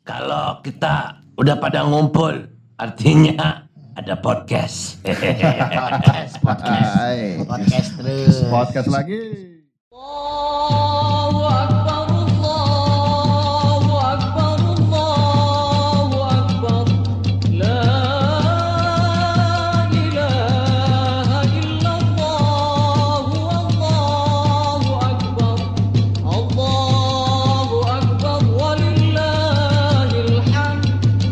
Kalau kita udah pada ngumpul, artinya ada podcast. Podcast terus. Podcast lagi. Allahu Akbar, Allahu Akbar, Allahu Akbar. La ilaha illallah, Allahu Akbar. Allahu Akbar, walillahil hamd.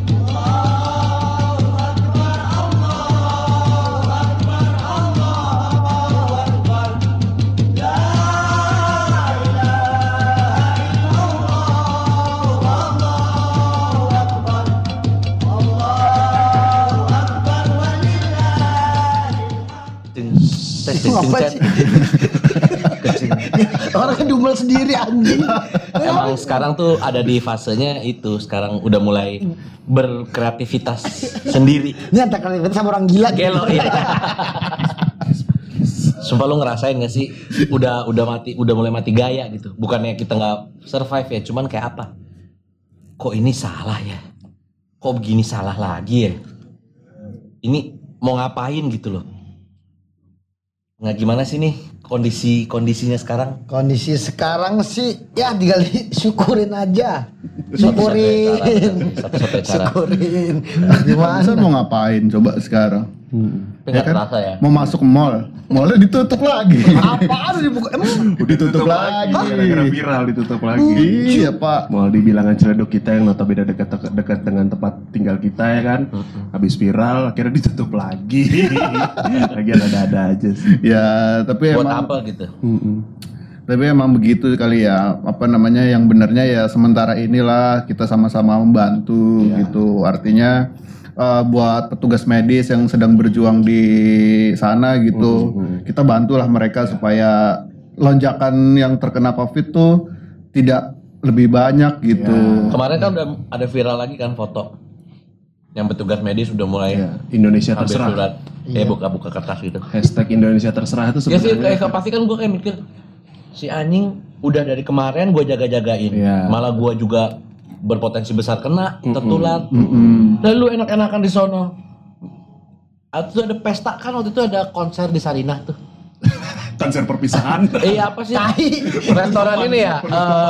Itu apa sih? Orangnya dumel sendiri anjing. Emang sekarang tuh ada di fasenya itu. Sekarang udah mulai berkreativitas sendiri. Ini antara kalian sama orang gila. Gelo ya. Sumpah lu ngerasain gak sih? Udah mulai mati gaya gitu. Bukannya kita nggak survive ya, cuman kayak apa? Kok ini salah ya? Kok begini salah lagi ya? Ini mau ngapain gitu loh? Nggak gimana sih nih kondisinya sekarang? Kondisi sekarang sih ya tinggal syukurin aja. Syukurin. Satu-satunya cara. Syukurin. Gimana? Gimana? Mau ngapain coba sekarang? Tapi nggak terasa ya? Mau masuk mall, mallnya ditutup lagi. Apaan dibuka? Emang Ditutup lagi. Gara-gara viral ditutup lagi. Iya Pak. Mau di bilangan Ciledug kita yang notabene dekat dengan tempat tinggal kita ya kan. Habis viral akhirnya ditutup lagi. Lagi ada-ada aja sih. Ya tapi Buat emang apa gitu? Tapi emang begitu kali ya, apa namanya yang benernya ya sementara inilah kita sama-sama membantu gitu. Artinya buat petugas medis yang sedang berjuang di sana gitu, kita bantulah mereka supaya lonjakan yang terkena COVID tuh tidak lebih banyak gitu. Kemarin kan udah ada viral lagi kan foto yang petugas medis udah mulai Indonesia ambil terserah. surat, kayak buka-buka kertas gitu. Hashtag Indonesia terserah itu Ya sih, sebenarnya. kayak pasti kan gue kayak mikir si anjing udah dari kemarin gue jaga-jagain, Iya. malah gue juga berpotensi besar kena tertular. Dan lu enak-enakan di sono. Atau ada pesta kan waktu itu ada konser di Sarinah tuh. Konser perpisahan. Iya apa sih? Restoran ini ya,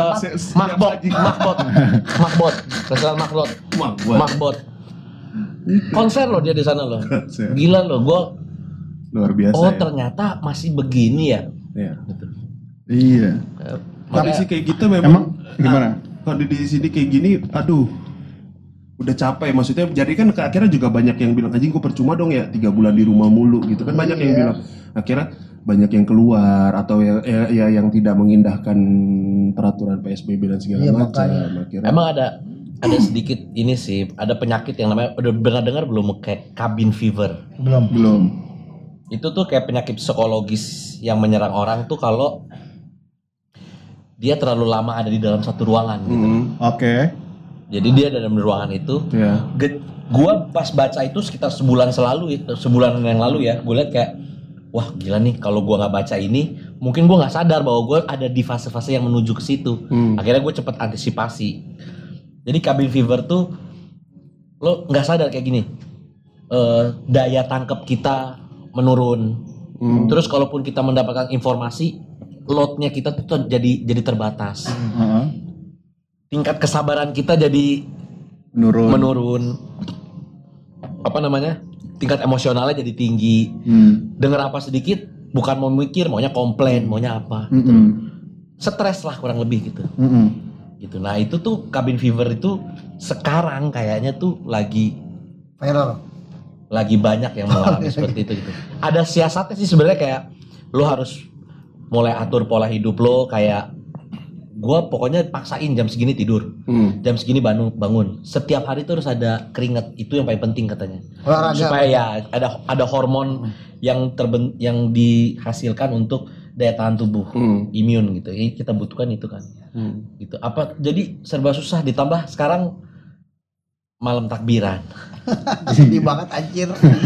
Makbot, restoran Makbot. Konser loh dia di sana loh. Konser. Gila loh, gue. Luar biasa. Oh ya. ternyata masih begini ya. Iya. Gitu. Iya. Kondisi kayak gitu memang. Emang gimana? Kalau di sini kayak gini, aduh, udah capek. Maksudnya, jadi kan akhirnya juga banyak yang bilang, anjing gue percuma dong ya 3 bulan di rumah mulu gitu kan. Banyak yang bilang, akhirnya banyak yang keluar atau yang tidak mengindahkan peraturan PSBB dan segala macam. Akhirnya, Emang ada sedikit ini sih, ada penyakit yang namanya, udah pernah dengar belum, kayak cabin fever? Belum. Itu tuh kayak penyakit psikologis yang menyerang orang tuh kalau dia terlalu lama ada di dalam satu ruangan gitu. Oke. Jadi dia dalam ruangan itu, ya. Gua pas baca itu sekitar sebulan yang lalu ya, gue liat kayak, wah gila nih kalau gua nggak baca ini, mungkin gua nggak sadar bahwa gua ada di fase-fase yang menuju ke situ. Akhirnya gue cepet antisipasi. Jadi cabin fever tuh, lo nggak sadar kayak gini, daya tangkap kita menurun. Terus kalaupun kita mendapatkan informasi, loadnya kita tuh jadi terbatas. Tingkat kesabaran kita jadi menurun. Apa namanya? Tingkat emosionalnya jadi tinggi. Dengar apa sedikit, bukan mau mikir, maunya komplain, maunya apa. Gitu. Stres lah kurang lebih gitu. Gitu. Nah itu tuh cabin fever itu sekarang kayaknya tuh lagi Viral. lagi banyak yang mengalami seperti itu gitu. Ada siasatnya sih sebenarnya, kayak lo harus mulai atur pola hidup lo, kayak gue pokoknya paksain jam segini tidur, jam segini bangun. Setiap hari tuh harus ada keringat, itu yang paling penting katanya. Olahraga. Supaya ya ada hormon yang dihasilkan untuk daya tahan tubuh, imun gitu. Ini kita butuhkan itu kan. Gitu. Apa jadi serba susah, ditambah sekarang malam takbiran. Sedih banget anjir.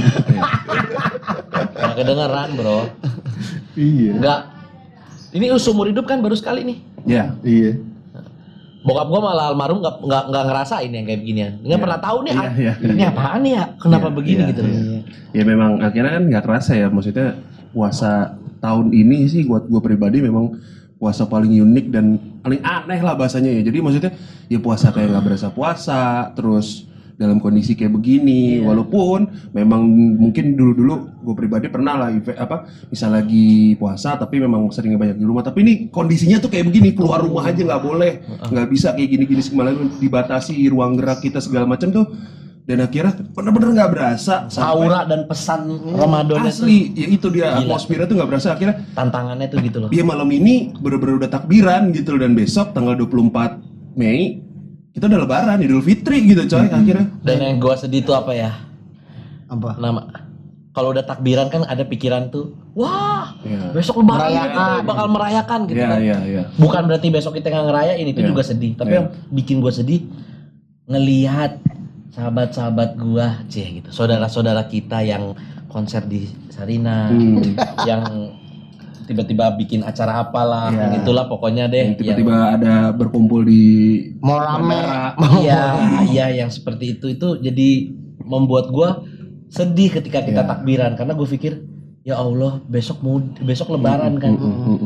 Nggak kedengeran bro. Iya. Nggak. Ini seumur hidup kan baru sekali nih. Ya. Iya. Bokap gue malah almarhum nggak ngerasain yang kayak beginian. Nggak pernah tahu nih, Iya. ini apaan nih ya? Kenapa Iya, begini iya, gitu? iya. Ya memang akhirnya kan nggak kerasa ya, maksudnya puasa tahun ini sih buat gue pribadi memang puasa paling unik dan paling aneh lah bahasanya ya. Jadi maksudnya ya puasa kayak nggak berasa puasa, terus dalam kondisi kayak begini, walaupun memang mungkin dulu-dulu gue pribadi pernah lah misal lagi puasa tapi memang sering banyak di rumah, tapi ini kondisinya tuh kayak begini, keluar rumah aja nggak boleh, nggak bisa kayak gini-gini, malah dibatasi ruang gerak kita segala macam tuh, dan akhirnya bener-bener nggak berasa Aura dan pesan Ramadan itu asli, ya itu dia Gila. atmosfernya tuh nggak berasa. Akhirnya tantangannya tuh gitu loh. dia malam ini bener-bener udah takbiran gitu loh, dan besok tanggal 24 Mei kita udah lebaran Idul Fitri gitu coy akhirnya. Dan yang gua sedih tuh apa ya? Apa? Nama kalau udah takbiran kan ada pikiran tuh, wah Iya. besok lebaran Merayakan. kita bakal merayakan gitu kan. Iya. Bukan berarti besok kita nggak ngerayain, itu Iya. juga sedih. Tapi Iya. yang bikin gua sedih ngelihat sahabat-sahabat gua, gitu, saudara-saudara kita yang konser di Sarina, yang tiba-tiba bikin acara apalah, Iya. itulah pokoknya deh. Yang tiba-tiba ada berkumpul di Mau rame. Iya, yang seperti itu jadi membuat gua sedih ketika kita takbiran, karena gue pikir ya Allah besok lebaran kan,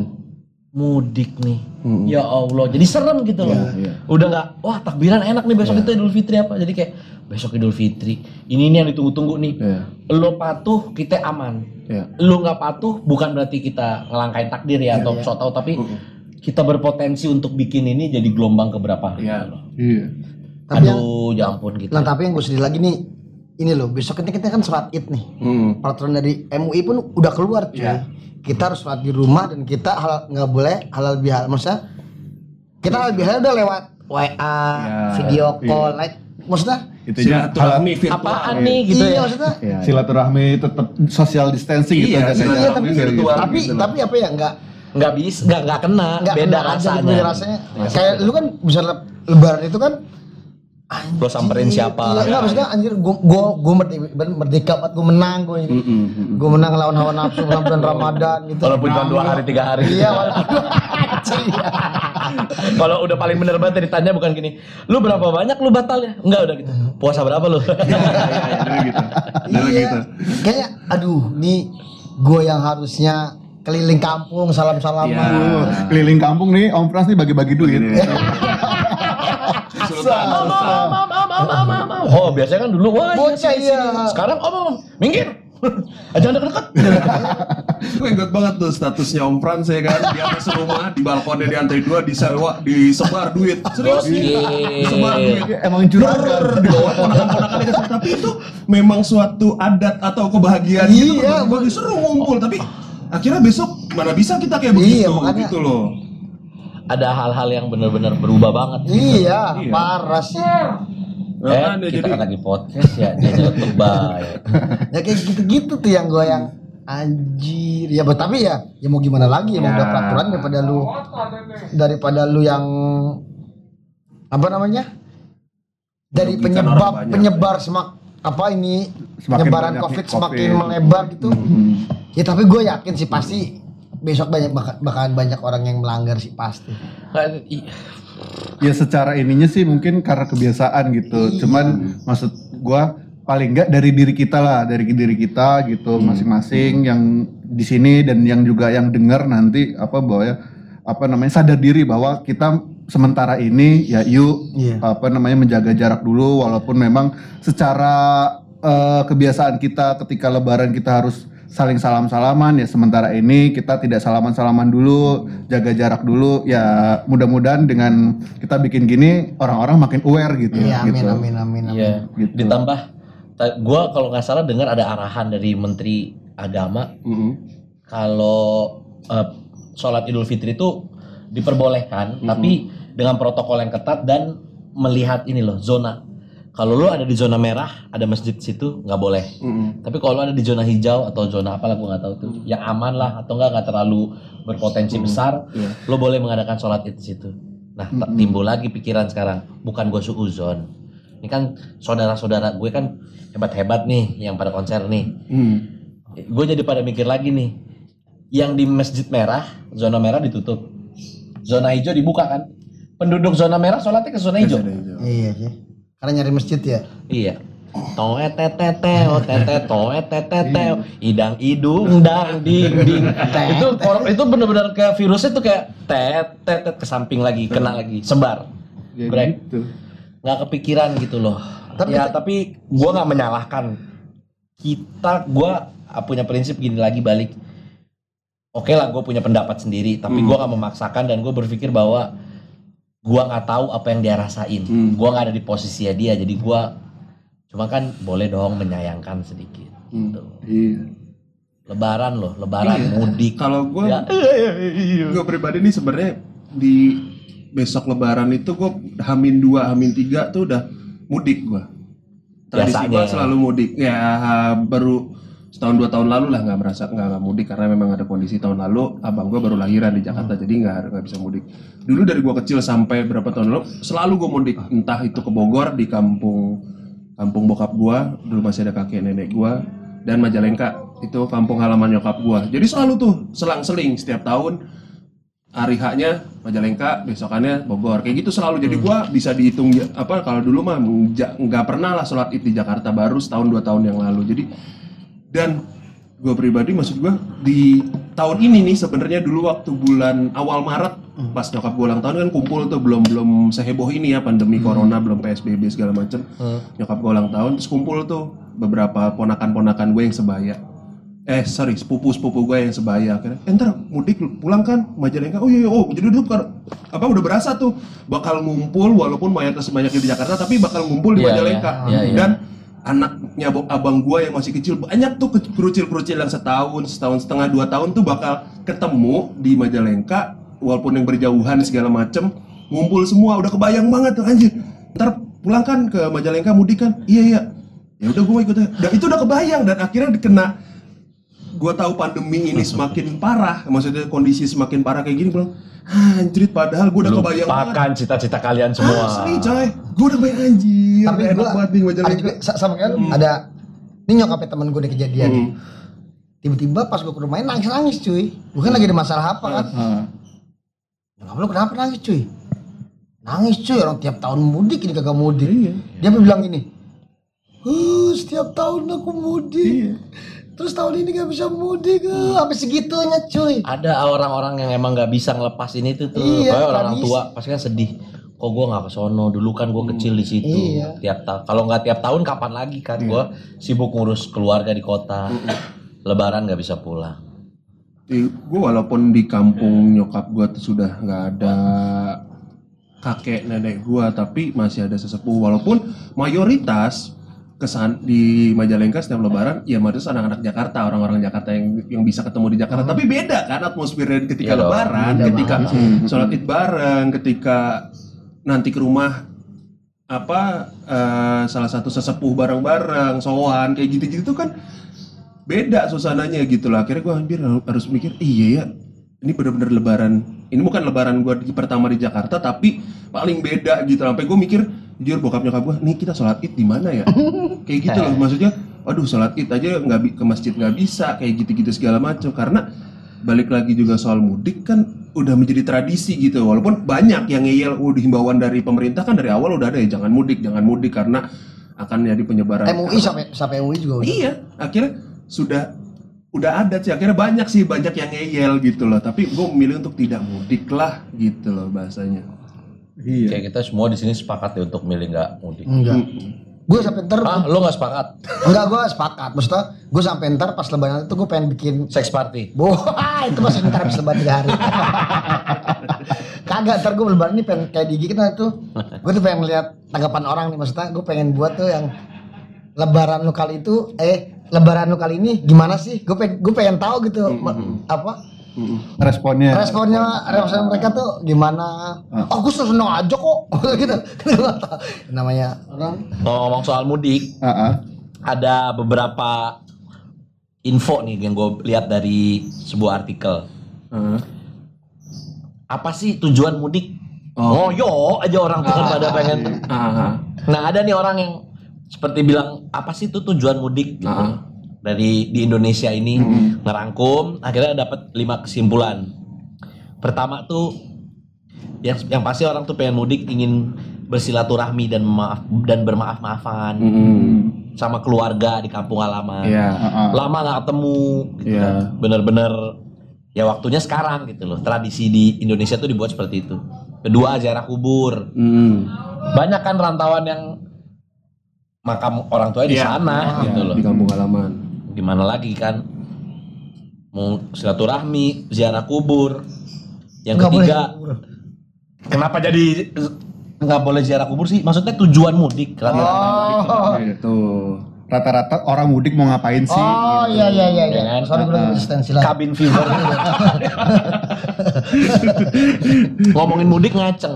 mudik nih, ya Allah, jadi serem gitu loh. Iya. Udah nggak, wah takbiran enak nih, besok itu Idul Fitri apa, jadi kayak besok Idul Fitri ini yang ditunggu-tunggu nih. Iya. Lo patuh kita aman, Iya. lo nggak patuh bukan berarti kita ngelangkain takdir ya atau sok tahu, tapi kita berpotensi untuk bikin ini jadi gelombang keberapa. Iya. Iya. Tapi yang, Aduh, ya ampun gitu. nah tapi yang gue sedih lagi nih, ini loh, besok kita kan sholat id nih. Peraturan dari MUI pun udah keluar cuy. Kita harus sholat di rumah dan kita nggak boleh halal bihalal. Maksudnya kita halal bihalal udah lewat WA, video call, like, maksudnya Itu Silaturahmi virtual. Apaan nih gitu iya ya? maksudnya. silaturahmi tetap social distancing gitu. Iya, jaganya. silaturahmi Gitu. virtual. Tapi apa ya Nggak bisa, nggak kena, nggak beda kena aja gitu, rasanya. beda rasanya. Kayak lu kan bisa lebaran itu kan. Lo samperin siapa? Iya, enggak maksudnya anjir gua merdeka banget, gua menang gua ini. Gua menang lawan hawa nafsu selama bulan Ramadan gitu. Walaupun cuma 2 hari 3 hari. Iya, walaupun Kalau udah paling bener banget ditanya bukan gini, lu berapa banyak lu batalnya? Enggak, udah gitu. Puasa berapa lu? Iya. Kayak aduh, nih gua yang harusnya keliling kampung salam-salaman. Keliling kampung nih, Om Frans nih bagi-bagi duit. Oh, biasanya kan dulu wah Bocah iya. Sekarang minggir. Jangan deket-deket. Gue inget banget tuh statusnya Om Frans ya kan, di atas rumah, di balkonnya di lantai 2 disebar duit. Serius nih, disebar duit. Emang juragan. Di bawah ponakan-ponakan itu. Tapi itu memang suatu adat atau kebahagiaan gitu. Iya, Bagi seru ngumpul, tapi akhirnya besok mana bisa kita kayak begitu, Iya, makanya. gitu loh. Ada hal-hal yang benar-benar berubah banget. Iya, parah sih. Makanya Kita jadi kan lagi podcast ya, dia nyeletuk baik. Ya kayak gitu-gitu tuh yang gua yang anjir. Ya tapi ya mau gimana lagi, emang udah peraturan daripada lu yang apa namanya? Dari Merugikan orang banyak, penyebar ini Semakin penyebaran banyak COVID nih, semakin COVID. melebar gitu. Ya tapi gue yakin sih pasti besok bakalan banyak orang yang melanggar sih pasti. Ya secara ininya sih mungkin karena kebiasaan gitu. Cuman maksud gua paling enggak dari diri kita lah, dari diri kita gitu masing-masing yang di sini dan yang juga yang dengar nanti sadar diri bahwa kita sementara ini ya menjaga jarak dulu, walaupun memang secara kebiasaan kita ketika lebaran kita harus saling salam-salaman, ya sementara ini kita tidak salaman-salaman dulu, jaga jarak dulu. Ya mudah-mudahan dengan kita bikin gini orang-orang makin aware gitu. Iya, gitu. amin. Iya. Gitu. Ditambah gua kalau nggak salah dengar ada arahan dari Menteri Agama kalau sholat Idul Fitri itu diperbolehkan, tapi dengan protokol yang ketat dan melihat ini loh zona. Kalau lu ada di zona merah, ada masjid situ nggak boleh. Tapi kalau lu ada di zona hijau atau zona apalah gua nggak tahu tuh, yang aman lah atau nggak terlalu berpotensi besar, lu boleh mengadakan sholat di situ. Nah, timbul lagi pikiran sekarang, bukan gue suuzon. Ini kan saudara-saudara gue kan hebat-hebat nih yang pada konser nih. Gue jadi pada mikir lagi nih, yang di masjid merah, zona merah ditutup, zona hijau dibuka kan. penduduk zona merah sholatnya ke zona hijau. Iya sih. Karena nyari masjid ya. Iya. Toeteteteo, teteteteo, idang idung dang ding ding. Itu benar-benar kayak virusnya tuh kayak tetet ke samping lagi, kena lagi, sebar. Ya Brek. gitu. Nggak kepikiran gitu loh. Tapi gua nggak menyalahkan. Gua punya prinsip gini lagi balik. Oke lah, gue punya pendapat sendiri, tapi gua nggak memaksakan dan gue berpikir bahwa gua nggak tahu apa yang dia rasain. Gua nggak ada di posisinya dia, jadi gua cuma kan boleh dong menyayangkan sedikit. Gitu. Iya. Lebaran mudik. Kalau gue, Ya. gue pribadi nih sebenarnya di besok Lebaran itu gue H-2, H-3 tuh udah mudik gue. Tradisi gue Biasanya. selalu mudik. Ya baru setahun 2 tahun lalu lah nggak mudik karena memang ada kondisi tahun lalu abang gue baru lahiran di Jakarta jadi nggak bisa mudik. Dulu dari gue kecil sampai berapa tahun lalu selalu gue mudik, entah itu ke Bogor di kampung bokap gua, dulu masih ada kakek nenek gua, dan Majalengka itu kampung halaman nyokap gua. Jadi selalu tuh selang-seling setiap tahun hari H-nya Majalengka, besokannya Bogor. Kayak gitu selalu. Jadi gua bisa dihitung kalau dulu mah nggak pernah lah sholat Id di Jakarta, baru setahun 2 tahun yang lalu. Jadi dan gua pribadi maksud gua di tahun ini nih sebenarnya dulu waktu bulan awal Maret pas nyokap gue ulang tahun kan kumpul tuh belum seheboh ini ya pandemi corona, belum PSBB segala macem. Nyokap gue ulang tahun terus kumpul tuh beberapa ponakan-ponakan gue yang sebaya. Sepupu gue yang sebaya. Akhirnya, ntar mudik pulang kan Majalengka. Oh iya, jadi dulu udah berasa tuh bakal ngumpul walaupun mayatnya sebanyak di Jakarta tapi bakal ngumpul di Iya, Majalengka. iya. Dan anaknya abang gua yang masih kecil banyak tuh kerucil-kerucil yang setahun setengah 2 tahun tuh bakal ketemu di Majalengka walaupun yang berjauhan segala macem ngumpul semua udah kebayang banget tuh anjir ntar pulang kan ke Majalengka mudik kan iya ya udah gua ikut dan itu udah kebayang dan akhirnya dikena gua tahu pandemi ini semakin parah maksudnya kondisi semakin parah kayak gini bilang anjrit padahal gua udah kebayang banget Lupakan cita-cita kalian semua. asli coy gua udah kebayang anjir Tapi enak gua banget nih ada Majalengka juga sama kayak lu, ada ini nyokapnya temen gue di kejadian. Tiba-tiba pas gue ke rumahnya nangis cuy. Bukan lagi ada masalah apa kan? Nyokap lu kenapa nangis cuy? Nangis cuy, orang tiap tahun mudik ini kagak mudik. Dia bilang gini, setiap tahun aku mudik. Terus tahun ini gak bisa mudik, sampai segitunya cuy. Ada orang-orang yang emang nggak bisa ngelepas ini tuh. Iya, Kayak orang nggak tua pasti kan sedih. Kok gue nggak kesono? Dulu kan gue kecil di situ. Iya. Kalau nggak tiap tahun kapan lagi kan? Gue sibuk ngurus keluarga di kota. Lebaran nggak bisa pulang. Gue walaupun di kampung nyokap gue tuh sudah nggak ada kakek nenek gue, tapi masih ada sesepuh. Walaupun mayoritas di Majalengka setiap Lebaran, ya mayoritas anak-anak Jakarta, orang-orang Jakarta yang bisa ketemu di Jakarta. Tapi beda kan atmosfernya ketika Iya dong, Lebaran, ketika sholat Id bareng, ketika nanti ke rumah salah satu sesepuh bareng-bareng, sowan kayak gitu-gitu kan beda suasananya gitu lah. Akhirnya gue hampir harus mikir iya ya ini benar-benar Lebaran, ini bukan Lebaran gue pertama di Jakarta tapi paling beda gitu. Sampai gue mikir jujur bokap nyokap gue nih kita sholat Id di mana ya kayak gitu loh, maksudnya aduh sholat Id aja nggak ke masjid nggak bisa kayak gitu-gitu segala macam. Karena balik lagi juga soal mudik kan udah menjadi tradisi gitu, walaupun banyak yang ngeyel udah himbauan dari pemerintah kan dari awal udah ada ya jangan mudik karena akan jadi penyebaran MUI sampai MUI juga udah. Iya, akhirnya udah ada sih, akhirnya banyak yang ngeyel gitu loh. Tapi gue memilih untuk tidak mudik lah gitu loh bahasanya. Iya. Kayak kita semua di sini sepakat ya untuk milih nggak mudik. Enggak. Gue sampai ntar Lo nggak sepakat? enggak, gue sepakat. Maksudnya gue sampai ntar pas lebaran itu gue pengen bikin Sex party. itu masih ntar habis lebaran 3 hari. Kagak, ntar gue lebaran ini pengen kayak Digi kita tuh. Gue tuh pengen lihat tanggapan orang nih, maksudnya gue pengen buat tuh yang lebaran lu kali itu lebaran lu kali ini gimana sih? Gue pengen tahu gitu apa Responnya mereka tuh gimana? Aku seneng aja kok gitu. Namanya orang Ngomong soal mudik, ada beberapa info nih yang gue lihat dari sebuah artikel. Apa sih tujuan mudik? Ngoyo aja orang tuh kan pada pengen. Nah ada nih orang yang seperti bilang apa sih itu tujuan mudik gitu. Dari di Indonesia ini ngerangkum akhirnya dapat 5 kesimpulan. Pertama tuh Yang pasti orang tuh pengen mudik ingin bersilaturahmi dan bermaaf-maafan sama keluarga di kampung halaman. Iya. Lama nggak ketemu, gitu Iya. kan. Bener-bener ya waktunya sekarang gitu loh. Tradisi di Indonesia tuh dibuat seperti itu. Kedua, ziarah kubur. Banyak kan rantauan yang makam orang tuanya di sana gitu loh. Di kampung halaman. Gimana lagi kan? Mau silaturahmi, ziarah kubur. Yang Nggak ketiga, boleh. kenapa jadi nggak boleh ziarah kubur sih? Maksudnya tujuan mudik rata-rata. Itu. Rata-rata orang mudik mau ngapain sih? Oh iya. Ya kan? Sorry gue lagi resistensi lah. Cabin fever. Ngomongin mudik ngaceng.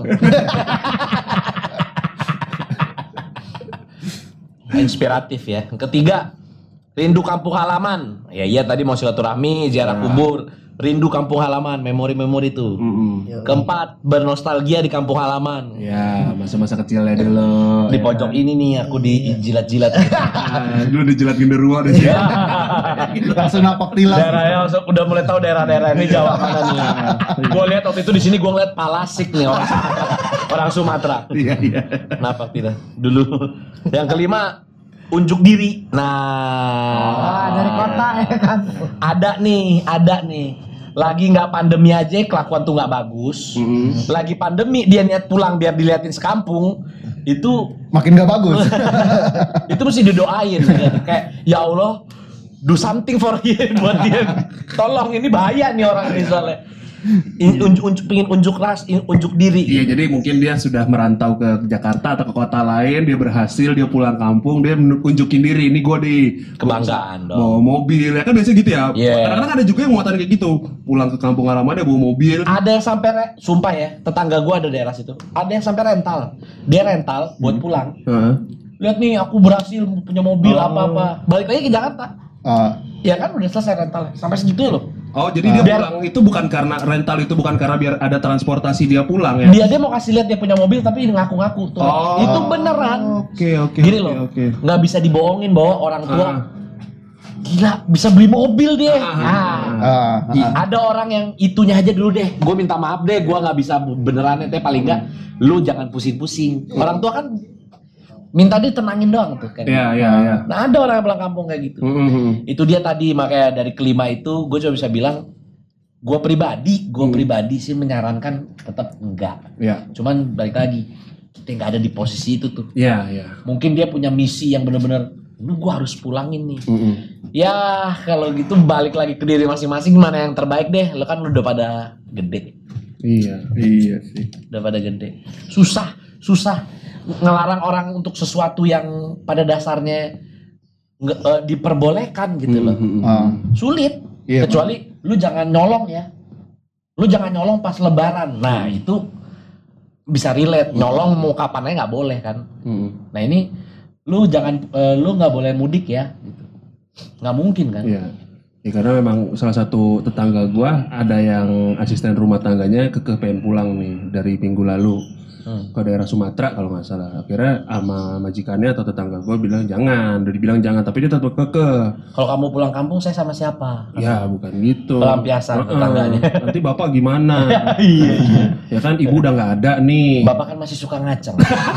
Inspiratif ya. Yang ketiga, rindu kampung halaman. Ya iya tadi mau silaturahmi, ziarah kubur, rindu kampung halaman, memori-memori itu. Keempat, bernostalgia di kampung halaman. Ya, masa-masa kecilnya dulu. Di pojok ini nih aku dijilat-jilat. Dulu dijelat genderuwo deh. Langsung napak tilas. Daerahnya udah mulai tahu daerah-daerah ini Jawa mana nih. Gue lihat waktu itu di sini gue ngeliat Palasik nih orang Sumatera. Iya. Napak tidak dulu. Yang kelima, unjuk diri. Ah, dari Nah, kota ya kan. ada nih. Lagi nggak pandemi aja kelakuan tuh nggak bagus. Lagi pandemi dia niat pulang biar diliatin sekampung. Itu Makin gak bagus. itu mesti didoain gitu. Kayak ya Allah do something for him buat dia. Tolong ini bahaya nih orang ini soalnya. Pingin unjuk diri. Iya, jadi mungkin dia sudah merantau ke Jakarta atau ke kota lain, dia berhasil, dia pulang kampung, dia unjukin diri, ini gue di Kebanggaan dong. bawa mobil, ya kan biasanya gitu ya. Iya. Kadang-kadang ada juga yang muatan kayak gitu, pulang ke kampung halaman dia bawa mobil. Ada yang sampai sumpah ya, tetangga gua ada daerah situ. Ada yang sampai rental. Dia rental buat pulang. Heeh. Lihat nih aku berhasil punya mobil apa-apa. Balik lagi ke Jakarta. Ya kan udah selesai rental. Sampai segitu loh. Oh, jadi dia Biar- pulang itu bukan karena rental, itu bukan karena biar ada transportasi dia pulang ya. Dia mau kasih lihat dia punya mobil tapi ngaku-ngaku tuh. Oh. Itu beneran. Oke. Gini loh. Oke. Nggak bisa dibohongin bahwa orang tua Ah. gila bisa beli mobil dia. Ada orang yang itunya aja dulu deh. Gue minta maaf deh, gue nggak bisa beneran teh paling nggak lu jangan pusing-pusing. Orang tua kan minta dia tenangin doang tuh kan. Iya. Nah ada orang yang pulang kampung kayak gitu. Itu dia tadi makanya dari kelima itu gue cuma bisa bilang gue pribadi sih menyarankan tetap enggak. Iya. Cuman balik lagi kita nggak ada di posisi itu tuh. Iya. Mungkin dia punya misi yang bener-bener lu gue harus pulangin nih. Ya kalau gitu balik lagi ke diri masing-masing mana yang terbaik deh. Lo kan udah pada gede. Iya. Iya sih. Udah pada gede. Susah ngelarang orang untuk sesuatu yang pada dasarnya diperbolehkan gitu loh. Sulit. Iya, Kecuali lu jangan nyolong ya. Lu jangan nyolong pas lebaran. Nah, itu bisa relate. Nyolong mau kapan aja nggak boleh kan. Nah, ini lu jangan lu nggak boleh mudik ya gitu. Nggak mungkin kan. Iya. Ya karena memang salah satu tetangga gua ada yang asisten rumah tangganya pengen pulang nih dari minggu lalu ke daerah Sumatera kalau nggak salah. Akhirnya sama majikannya atau tetangga gua bilang jangan, udah dibilang jangan, tapi dia tetap kekeh. Kalau kamu pulang kampung saya sama siapa? Ya bukan gitu. Pelampiasan tetangganya. Nanti bapak gimana? Iya. Ya kan ibu udah nggak ada nih. Bapak kan masih suka ngaceng.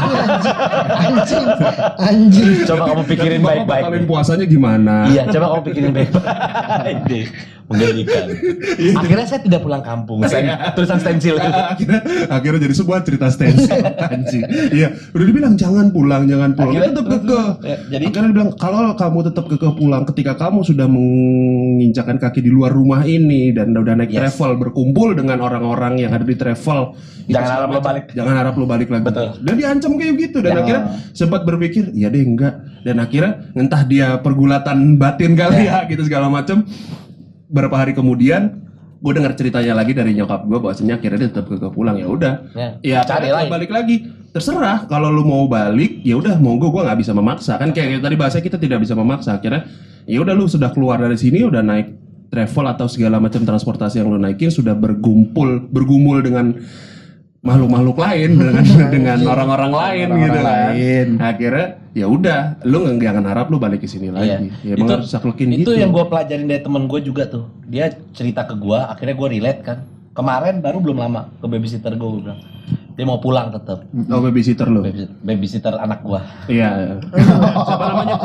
Anjing. Coba kamu pikirin Bapak baik-baik. batalin deh. puasanya gimana? Iya, coba kamu pikirin baik-baik deh. Menggelikan. Akhirnya saya tidak pulang kampung. Saya tulisan stensil. akhirnya jadi sebuah cerita stensil anjing. Iya, udah dibilang jangan pulang. Akhirnya- Dia tetap kekeh. Ya, jadi- akhirnya dibilang kalau kamu tetap kekeh pulang ketika kamu sudah menginjakan kaki di luar rumah ini dan udah naik Yes. travel berkumpul dengan orang-orang yang ada di travel, itu Jangan harap segala lo macam. balik. Jangan harap lo balik lagi. Betul. Dan diancam kayak gitu dan Ya. akhirnya sempat berpikir, ya deh enggak. Dan akhirnya entah dia pergulatan batin kali ya gitu segala macam. Berapa hari kemudian gue dengar ceritanya lagi dari nyokap gue bahwasanya akhirnya dia tetap kekeh pulang. Ya udah, Ya, cari cari lain. balik lagi. Terserah kalau lu mau balik, ya udah monggo, gue nggak bisa memaksa kan kayak tadi bahasa kita tidak bisa memaksa. Akhirnya ya udah lu sudah keluar dari sini, udah naik travel atau segala macam transportasi yang lu naikin, sudah bergumul dengan makhluk-makhluk lain dengan orang-orang lain Orang-orang gitu kan. lain. Akhirnya ya udah, lu jangan harap lu balik ke sini lagi. Ya emang harus saklekin itu gitu. yang gue pelajarin dari temen gue juga tuh. Dia cerita ke gue, akhirnya gue relate kan. Kemarin baru belum lama ke babysitter gue bilang, Dia mau pulang tetap. Oh, babysitter lo. Babysitter anak gua. Iya. Siapa namanya?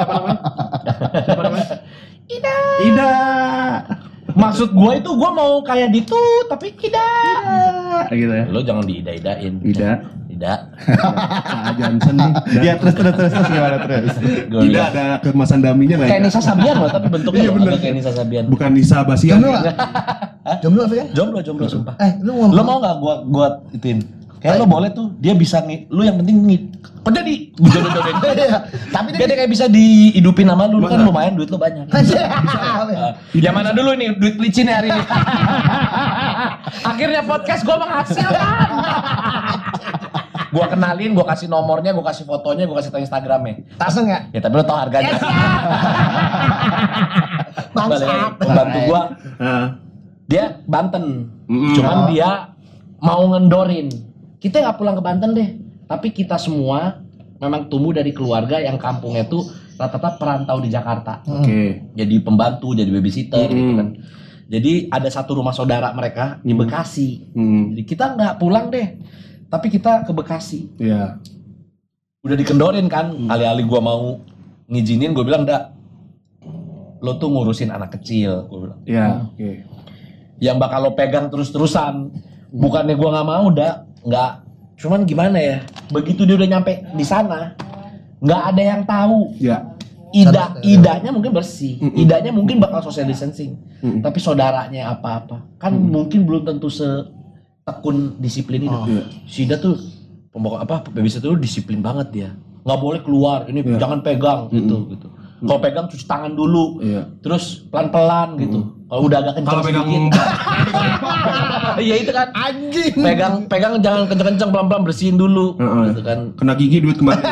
Ida. Maksud gua itu gua mau kayak gitu tapi tidak. Gitu ya. Lo jangan diida-idain. Ida. Tidak. Pak Johnson nih. Ya terus gimana terus? Gua Ida bilang, ada kemasan daminya nggak? kayak Nisa Sabian loh, tapi bentuknya Iya, loh, bener. agak kayak Nisa Sabian. Bukan Nisa Basian. Jomblo nggak? Jomblo apa ya? Jomblo sumpah. Lu mau Lo mau nggak gua ituin? Kayak lo boleh tuh, dia bisa lu yang penting kok jadi jodoh-jodohin. Tapi Dia kayak bisa dihidupin sama lu kan lumayan duit lu banyak. Yang mana dulu nih duit licin hari ini. Akhirnya podcast gua menghasilkan. Gua kenalin, gua kasih nomornya, gua kasih fotonya, gua kasih tahu Instagramnya. Tasnya nggak? Ya tapi lo tau harganya. Balik lagi, Bangsat. pembantu gua Nah, dia Banten, Mm-mm. cuman dia mau ngendorin. Kita nggak pulang ke Banten deh, tapi kita semua memang tumbuh dari keluarga yang kampungnya tuh rata-rata perantau di Jakarta. Oke. Jadi pembantu, jadi babysitter gitu Mm-mm. kan. Jadi ada satu rumah saudara mereka di Bekasi. Jadi kita nggak pulang deh, tapi kita ke Bekasi. Iya. Udah dikendorin kan, alih-alih gua mau ngizinin, gua bilang enggak. Lo tuh ngurusin anak kecil, gua bilang. Iya. Oke. Yang bakal lo pegang terus-terusan. Bukannya gua nggak mau, nggak. Cuman gimana ya? Begitu dia udah nyampe di sana, nggak ada yang tahu. Ya. Idanya mungkin bersih, idanya mungkin bakal social distancing. Tapi saudaranya apa-apa, kan mungkin belum tentu setekun disiplin itu. Iya. Si Ida tuh babysitter tuh disiplin banget dia. Nggak boleh keluar, ini jangan pegang gitu. Kalau pegang cuci tangan dulu, Iya. terus pelan-pelan gitu. Kalau udah agak kencang Kalau pegang sedikit, iya itu kan. Anjing. Pegang jangan kencang-kencang, pelan-pelan bersihin dulu, Heeh. gitu kan. Kena gigi duit kembali.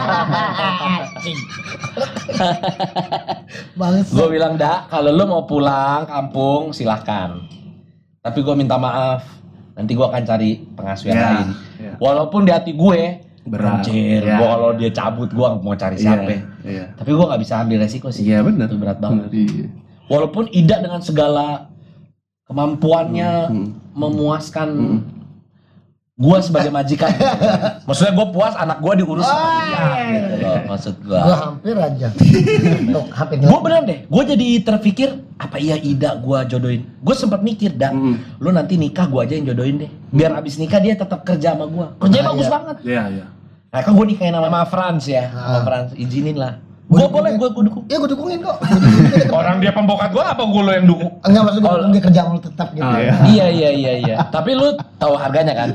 Bangsat. Gue bilang kalau lo mau pulang kampung silahkan. Tapi gue minta maaf. Nanti gue akan cari pengasuh yang Ya, lain. ya. Walaupun di hati gue Berat. anjir, Ya. gue kalau dia cabut gue mau cari siapa. Iya. Tapi gue nggak bisa ambil resiko sih. Iya, benar. Itu berat banget. Iya. Walaupun Ida dengan segala kemampuannya memuaskan gue sebagai majikan. Maksudnya gue puas anak gue diurus sama dia. Gitu loh, maksud gue. Gua hampir aja. Tuh, hampir. Gue bener deh, gue jadi terpikir apa iya Ida gue jodohin. Gue sempat mikir lu nanti nikah gue aja yang jodohin deh. Biar abis nikah dia tetap kerja sama gue. Kerjanya bagus banget. Iya, iya. Nah kan gue nikahin sama Frans ya, sama Frans izinin lah. Gue boleh, gue dukung. Ya gue dukungin kok. Orang dia pembokat gue apa gue lo yang dukung? Enggak maksud gue dukung dia kerja sama lu tetap gitu. Iya. Tapi lu tahu harganya kan?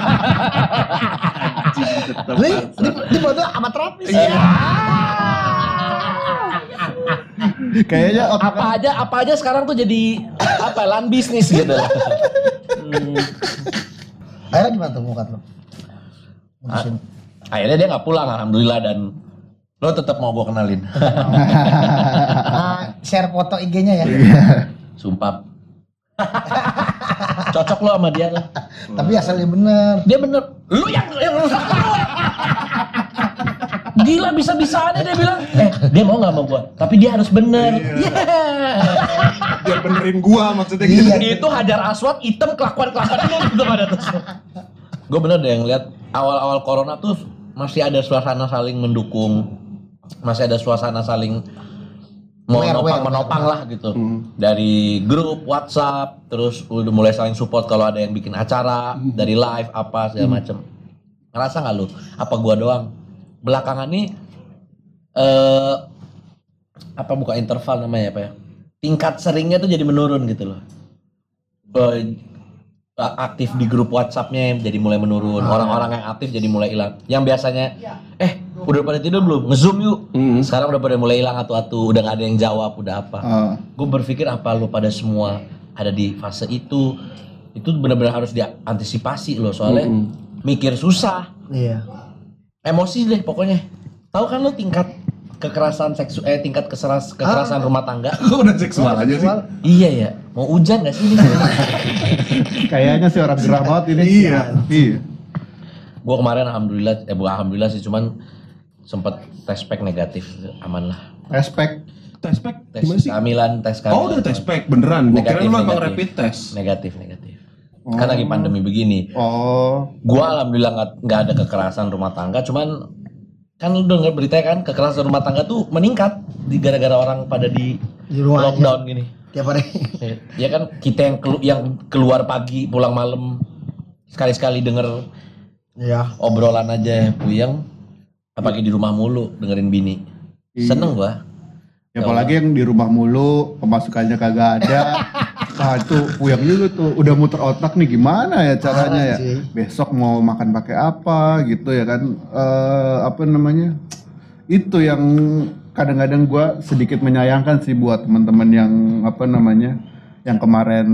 Di foto amat terapis. Kayaknya Apa aja sekarang tuh jadi lan bisnis gitu. Akhirnya gimana tuh muka lu? Mutusin. Akhirnya dia nggak pulang alhamdulillah dan lo tetap mau gue kenalin. Share foto IG-nya ya. Sumpah. Cocok lo sama dia tuh. Tapi asalnya bener. Dia bener. Lu yang gila bisa-bisanya dia bilang. Dia mau nggak sama gua? Tapi dia harus bener. Biar benerin gua maksudnya gitu. Itu Hajar Aswad hitam kelakuan-kelakuan lu gitu ada tuh. Gue bener deh ngeliat awal-awal corona tuh masih ada suasana saling mendukung. Masih ada suasana saling menopang lah gitu. Dari grup WhatsApp, terus udah mulai saling support kalau ada yang bikin acara, dari live apa segala macem. Ngerasa nggak lu? Apa gua doang? Belakangan nih buka interval namanya apa ya? Tingkat seringnya tuh jadi menurun gitu loh. Aktif di grup WhatsApp-nya jadi mulai menurun. Orang-orang yang aktif jadi mulai hilang. Yang biasanya udah pada tidur belum? Nge-zoom yuk. Sekarang udah pada mulai hilang atu-atu, udah gak ada yang jawab, udah apa. Gue berpikir apa lu pada semua ada di fase itu benar-benar harus diantisipasi loh, soalnya mikir susah. Iya. Emosi deh pokoknya. Tahu kan lu tingkat kekerasan tingkat kekerasan rumah tangga. Kok udah seksual aja sih? Iya ya. Mau hujan gak sih ini? Kayaknya sih orang gerah banget ini. Iya. Gue kemarin bukan alhamdulillah sih, cuman sempet tes pack negatif, aman lah. Respect. Tes pack Tes gimana sih? kehamilan, tes kehamilan. Oh, udah tes pack beneran. Gua kira Negatif, lu emang negatif. rapid test. Negatif. Kan lagi pandemi begini. Oh. Gua alhamdulillah nggak ada kekerasan rumah tangga, cuman kan lu denger berita kan kekerasan rumah tangga tuh meningkat gara-gara orang pada di rumah lockdown gini. tiap hari. Ya kan kita yang keluar pagi pulang malam sekali-sekali denger Iya. obrolan aja puyeng, apalagi di rumah mulu dengerin bini. Seneng gua. Ya, apalagi yang di rumah mulu, pemasukannya kagak ada. Nah itu puyeng juga tuh, udah muter otak nih gimana ya caranya ya. sih. Besok mau makan pakai apa gitu ya kan. Apa namanya? Itu yang kadang-kadang gua sedikit menyayangkan sih buat teman-teman yang apa namanya, yang kemarin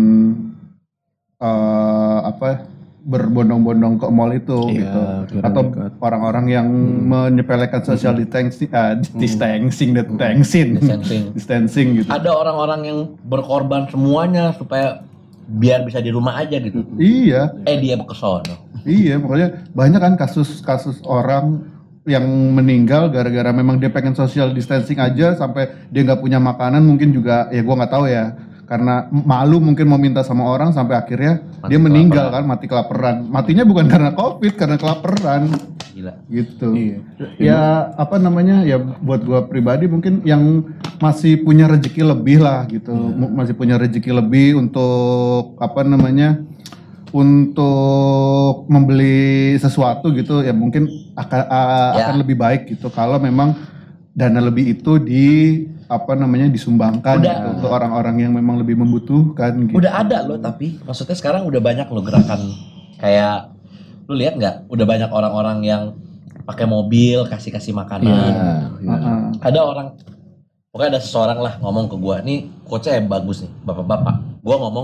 berbondong-bondong ke mall itu gitu, atau orang-orang yang menyepelekan social distancing gitu. Ada orang-orang yang berkorban semuanya supaya biar bisa di rumah aja gitu. Iya. Dia ke sono. Iya, pokoknya banyak kan kasus-kasus orang yang meninggal gara-gara memang dia pengen social distancing aja sampai dia nggak punya makanan, mungkin juga ya gua nggak tahu ya, karena malu mungkin mau minta sama orang sampai akhirnya dia meninggal kan, mati kelaparan. Matinya bukan karena COVID, karena kelaparan. Gila. Gitu. Iya. Ya apa namanya, ya buat gua pribadi mungkin yang masih punya rezeki lebih lah gitu. Masih punya rezeki lebih untuk apa namanya, untuk membeli sesuatu gitu ya, mungkin akan lebih baik gitu kalau memang dana lebih itu apa namanya disumbangkan gitu, ke orang-orang yang memang lebih membutuhkan gitu. Udah ada loh, tapi maksudnya sekarang udah banyak loh gerakan kayak lu lihat nggak? Udah banyak orang-orang yang pakai mobil kasih makanan. Ada orang, pokoknya ada seseorang lah ngomong ke gua, nih coachnya bagus nih, bapak-bapak. Gua ngomong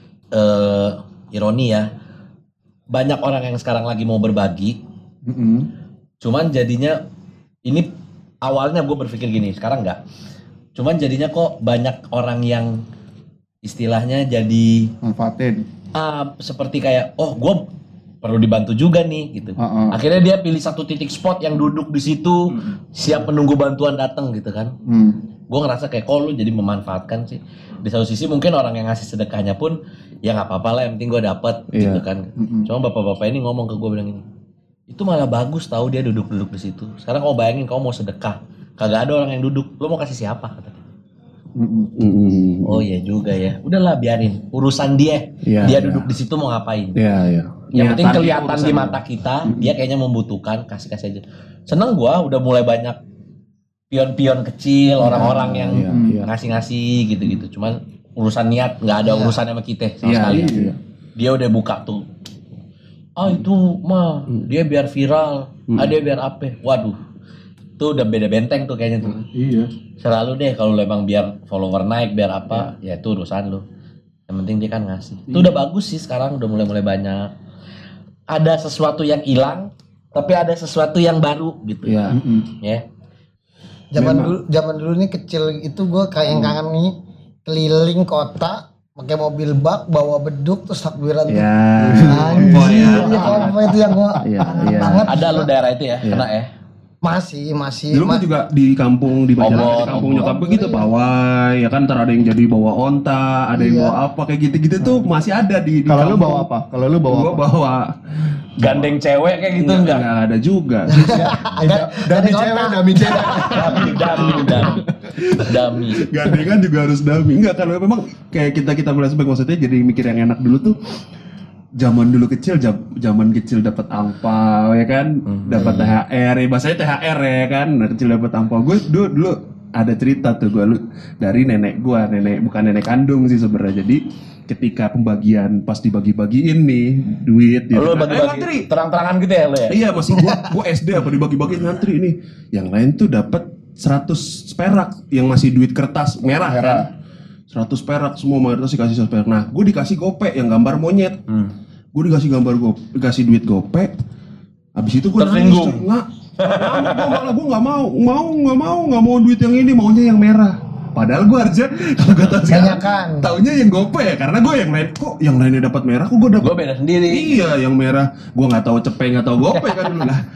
ironi ya, banyak orang yang sekarang lagi mau berbagi, cuman jadinya ini awalnya gue berpikir gini, sekarang nggak. Cuman jadinya kok banyak orang yang istilahnya jadi manfaatin. Seperti kayak, oh gue perlu dibantu juga nih gitu. Akhirnya dia pilih satu titik spot yang duduk di situ, siap menunggu bantuan datang gitu kan. Gue ngerasa kayak kok lu jadi memanfaatkan sih. Di satu sisi mungkin orang yang ngasih sedekahnya pun ya nggak apa-apa lah, yang penting gue dapet gitu kan. Cuma bapak-bapak ini ngomong ke gue bilang ini, itu malah bagus tahu dia duduk-duduk di situ. Sekarang kamu bayangin kamu mau sedekah, kagak ada orang yang duduk, lo mau kasih siapa? Katanya. Oh iya juga ya. Udahlah biarin urusan dia. Dia duduk di situ mau ngapain? Yang penting kelihatan di mata kita, dia kayaknya membutuhkan, kasih aja. Seneng gua udah mulai banyak pion-pion kecil, orang-orang yang ngasih-ngasih gitu-gitu. Cuman urusan niat nggak ada urusan sama kita sama sekali. Dia udah buka tuh. Itu mah dia biar viral, dia biar apa? Waduh, itu udah beda benteng tuh kayaknya tuh. Iya. Selalu deh kalau emang biar follower naik, biar apa, ya itu urusan lu. Yang penting dia kan ngasih. Itu udah bagus sih, sekarang udah mulai banyak. Ada sesuatu yang hilang, tapi ada sesuatu yang baru gitu. Ya. Zaman dulu nih kecil itu gue kayak kangen nih keliling kota pakai mobil bak, bawa beduk terus takbiran tuh. Konvoy itu yang gua banget. Ada lu daerah itu ya, kena ya? Masih. Dulu kan juga di kampung di Majalah, di kampung nyokap gue gitu bawa, ya kan ntar ada yang jadi bawa onta, ada yang bawa apa kayak gitu-gitu tuh masih ada di Kalau lu bawa apa? Kalau lu bawa gua apa? bawa Gandeng cewek kayak gitu enggak? Enggak ada juga. Dami cewek. Dami. Gandengan juga harus dami. Enggak, karena memang kayak kita flashback, maksudnya jadi mikir yang enak dulu tuh. Zaman dulu kecil, zaman kecil dapat angpau ya kan, dapat THR, ya bahasanya THR ya kan, kecil dapat angpau. Gue dulu ada cerita tuh gue dari nenek bukan nenek kandung sih sebenarnya. Jadi ketika pembagian pas dibagi-bagiin nih duit dia lo bagi-bagi terang-terangan gitu ya lo ya? Iya, masih gua SD apa dibagi-bagi ngantri nih. Yang lain tuh dapat 100 perak yang masih duit kertas merah kan. 100 perak semua mayoritas dikasih 100 perak. Nah, gue dikasih gope yang gambar monyet. Gue dikasih dikasih duit gope. Habis itu gue tersinggung. Gue nggak mau duit yang ini, maunya yang merah. Padahal gue harusnya kalau gue tahu sekarang, taunya yang gope ya, karena gue yang lain kok yang lainnya dapat merah, kok gue dapat. Gue beda sendiri. Iya, yang merah. Gue nggak tahu cepeng, nggak tahu gope kan dulu lah.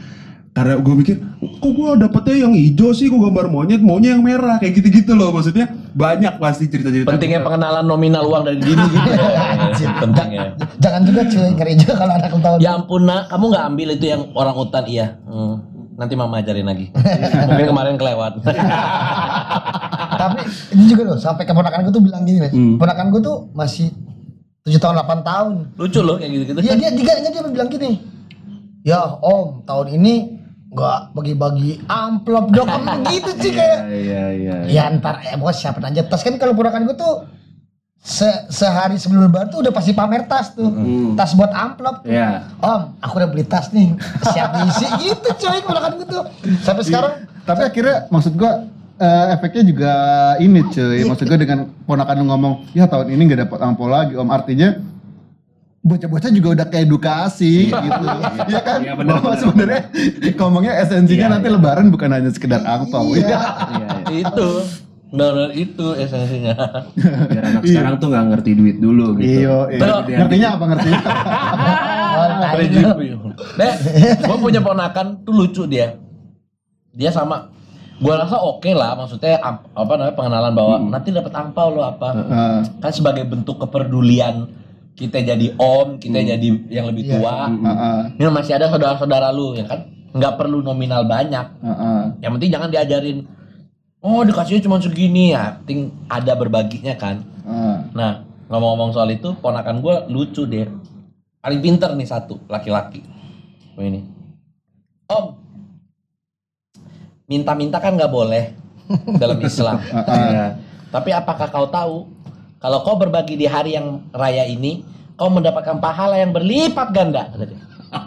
Karena gue mikir, kok gue dapetnya yang hijau sih, gue gambar monyet, maunya yang merah, kayak gitu-gitu loh. Maksudnya banyak pasti cerita-cerita. Pentingnya pengenalan nominal uang dari dini gitu. Pentingnya. Jangan juga cuy, ngeri juga kalau anak lu tahu. Ya ampun nak, kamu nggak ambil itu yang orang hutan iya. Nanti mama ajarin lagi. Mungkin kemarin kelewat. Tapi ini juga loh, sampai keponakan gue tuh bilang gini nih. Keponakan gue tuh masih 7 tahun 8 tahun. Lucu loh kayak gitu-gitu. Iya dia bilang gini. Ya om, tahun ini nggak bagi-bagi amplop dong begitu sih kayak. Iya. Ya ntar pokoknya siapin aja tas kan kalau ponakan gue tuh sehari sebelum lebaran tuh udah pasti pamer tas tuh. Tas buat amplop. Iya. Om, aku udah beli tas nih. Siap diisi gitu coy ponakan gue tuh. Sampai sekarang Tapi akhirnya maksud gua efeknya juga ini cuy. Maksud gua dengan ponakan lu ngomong, ya tahun ini nggak dapat angpau lagi om, artinya bocah-bocah juga udah keedukasi gitu. Iya kan? Iya, benar, Bahwa benar. sebenarnya ngomongnya esensinya nanti lebaran bukan hanya sekedar angpau. Iya. Itu. Benar itu esensinya. Biar anak sekarang tuh nggak ngerti duit dulu gitu. Iya. Ngertinya apa ngertinya? Prinsip. Deh, gue punya ponakan tuh lucu dia. Dia sama. Gue rasa oke lah, maksudnya apa namanya pengenalan bahwa nanti dapat angpau lo apa. Kan sebagai bentuk kepedulian kita jadi om, kita jadi yang lebih tua. Ini masih ada saudara-saudara lu ya kan, nggak perlu nominal banyak. Yang penting jangan diajarin, oh dikasihnya cuma segini ya, penting ada berbaginya kan. Nah ngomong-ngomong soal itu, ponakan gue lucu deh, paling pinter nih satu, laki-laki. Oh ini, om, minta-minta kan nggak boleh dalam Islam. Tapi apakah kau tahu? Kalau kau berbagi di hari yang raya ini, kau mendapatkan pahala yang berlipat ganda. Kata dia.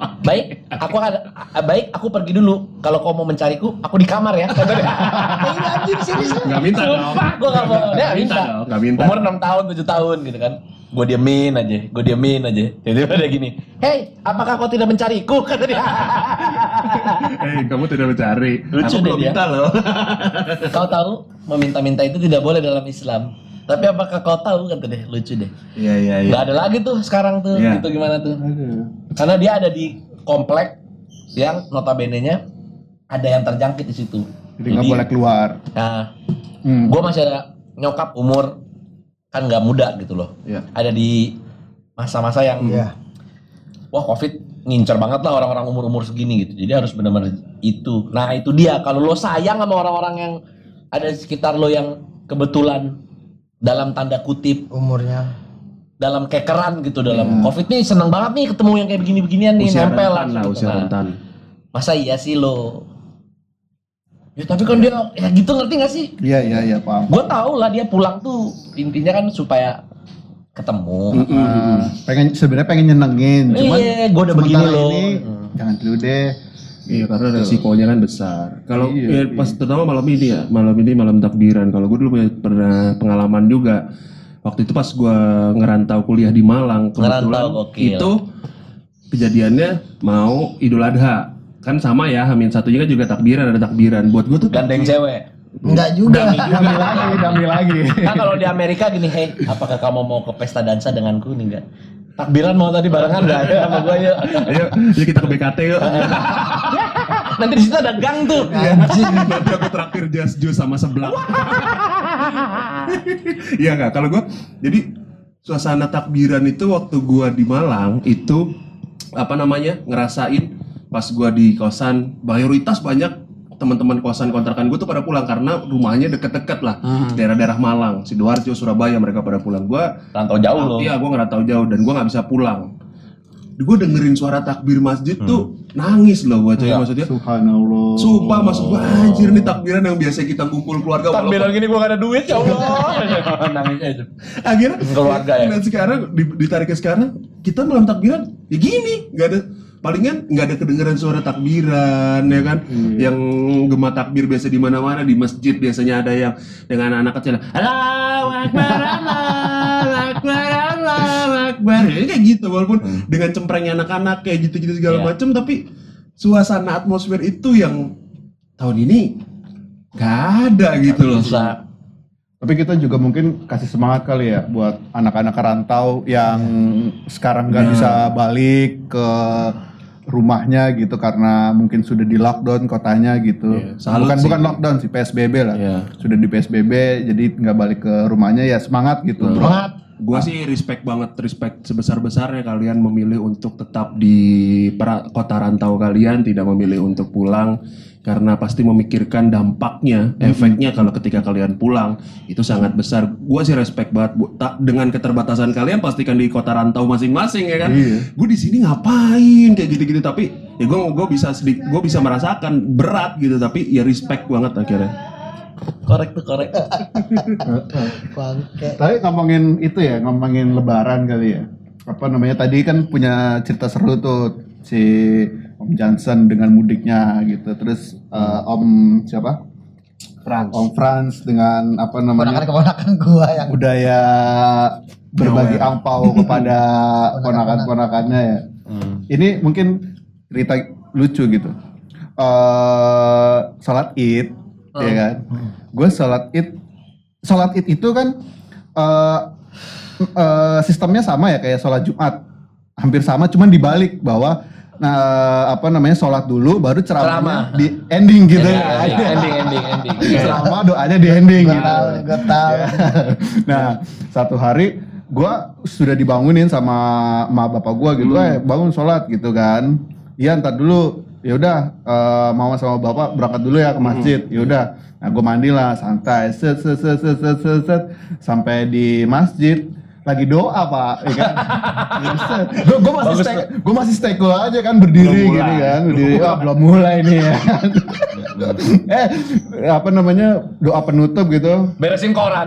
Baik, aku pergi dulu. Kalau kau mau mencariku, aku di kamar ya. Kata dia. Nggak minta dong. Sumpah, gue gak mau. Dia nggak minta. Nggak minta. Umur 6 tahun, 7 tahun gitu kan. Gue diemin aja. Jadi ada gini. Hei, apakah kau tidak mencariku? Kata dia. Kamu tidak mencari. Lucu Aku deh belum dia. minta loh. Kau tahu, meminta-minta itu tidak boleh dalam Islam. Tapi apakah kau tahu? Kata dia. Lucu deh. Iya. Nggak ada lagi tuh sekarang tuh, Iya. gitu gimana tuh? Karena dia ada di komplek yang notabene-nya ada yang terjangkit di situ. Jadi nggak boleh keluar. Nah, gue masih ada nyokap umur kan nggak muda gitu loh. Iya. Ada di masa-masa yang wah COVID ngincer banget lah orang-orang umur-umur segini gitu. Jadi harus benar-benar itu. Nah itu dia. Kalau lo sayang sama orang-orang yang ada di sekitar lo yang kebetulan dalam tanda kutip umurnya dalam kekeran gitu dalam COVID nih seneng banget nih ketemu yang kayak begini-beginian nih Usia nempel rentan lah, gitu. usia Nah, rentan. masa iya sih lo? Ya tapi kan dia ya gitu ngerti gak sih? Iya paham. Gue tau lah dia pulang tuh intinya kan supaya ketemu. Sebenarnya pengen nyenengin, cuman Iya, gue udah begini sementara loh. ini, jangan dulu deh. Iya karena resikonya kan besar. Kalau Iya, pas terutama malam ini ya, malam takbiran. Kalau gue dulu pernah pengalaman juga. Waktu itu pas gue ngerantau kuliah di Malang, kebetulan Ngerantau, gokil. itu kejadiannya mau Idul Adha. Kan sama ya, Hamin satunya kan juga takbiran, ada takbiran. Buat gue tuh Gandeng cewek. enggak juga. Damai lagi. Kan kalau di Amerika gini, hey, apakah kamu mau ke pesta dansa denganku nih enggak? Takbiran mau tadi barengan enggak ya sama gue yuk. Ayo kita ke BKT yuk. Nanti di situ ada gang tuh. Nanti aku traktir jas jus sama seblak. Iya nggak? Kalau gue, jadi suasana takbiran itu waktu gue di Malang itu apa namanya ngerasain pas gue di kosan mayoritas banyak teman-teman kosan kontrakan gue tuh pada pulang karena rumahnya deket-deket lah daerah-daerah Malang, Sidoarjo, Surabaya mereka pada pulang. Gue Rantau jauh loh. Iya, gue nggak tahu jauh dan gue nggak bisa pulang. Gue dengerin suara takbir masjid tuh nangis loh gue coy, maksudnya. Subhanallah. Sumpah maksud gue anjir nih takbiran yang biasa kita kumpul keluarga. Takbiran gini gue gak ada duit ya Allah. Nangis aja. Akhirnya Keluarga ya. dan sekarang ditarik ke sekarang kita malam takbiran ya gini, nggak ada palingan nggak ada kedengeran suara takbiran ya kan. Yang gema takbir biasa di mana-mana di masjid biasanya ada yang dengan anak kecil Allahu Akbar Allahu Akbar Allahu Akbar ya, kayak gitu walaupun dengan cemprengnya anak-anak kayak gitu-gitu segala Iya. macam tapi suasana atmosfer itu yang tahun ini nggak ada gitu loh. Bisa. Tapi kita juga mungkin kasih semangat kali ya buat anak-anak rantau yang sekarang nggak bisa balik ke rumahnya gitu karena mungkin sudah di lockdown kotanya gitu. Iya, salut sih. Bukan lockdown sih, PSBB lah. Iya. Sudah di PSBB jadi nggak balik ke rumahnya, ya semangat gitu bro. Gua sih respect sebesar-besarnya kalian memilih untuk tetap di kota rantau kalian, tidak memilih untuk pulang karena pasti memikirkan dampaknya, efeknya kalau ketika kalian pulang itu sangat besar. Gua sih respect banget dengan keterbatasan kalian, pastikan di kota rantau masing-masing ya kan. Gue di sini ngapain kayak gitu-gitu, tapi ya gue bisa merasakan berat gitu, tapi ya respect banget akhirnya. Korek. Bangke. Tapi ngomongin lebaran kali ya. Apa namanya, tadi kan punya cerita seru tuh si Om Johnson dengan mudiknya gitu. Terus Om siapa? Om Franz dengan apa namanya? Keponakan gua yang Budaya berbagi angpau kepada ponakan-ponakannya ya. Ini mungkin cerita lucu gitu. Salat Id, ya kan? Gue salat Id itu kan sistemnya sama ya kayak sholat Jumat, hampir sama, cuman dibalik bahwa sholat dulu baru ceramahnya di ending gitu. Ending. Ceramah doanya di ending gitu. Gue tahu. Nah, satu hari gue sudah dibangunin sama bapak gue gitu, bangun sholat gitu kan. Iya, ntar dulu. Ya udah, mama sama bapak berangkat dulu ya ke masjid. Ya udah, nah gue mandi lah santai, set sampai di masjid lagi doa pak, ya kan? Gue masih stay cool aja kan, berdiri gini kan, belum mulai nih ya. Doa penutup gitu. Beresin koran.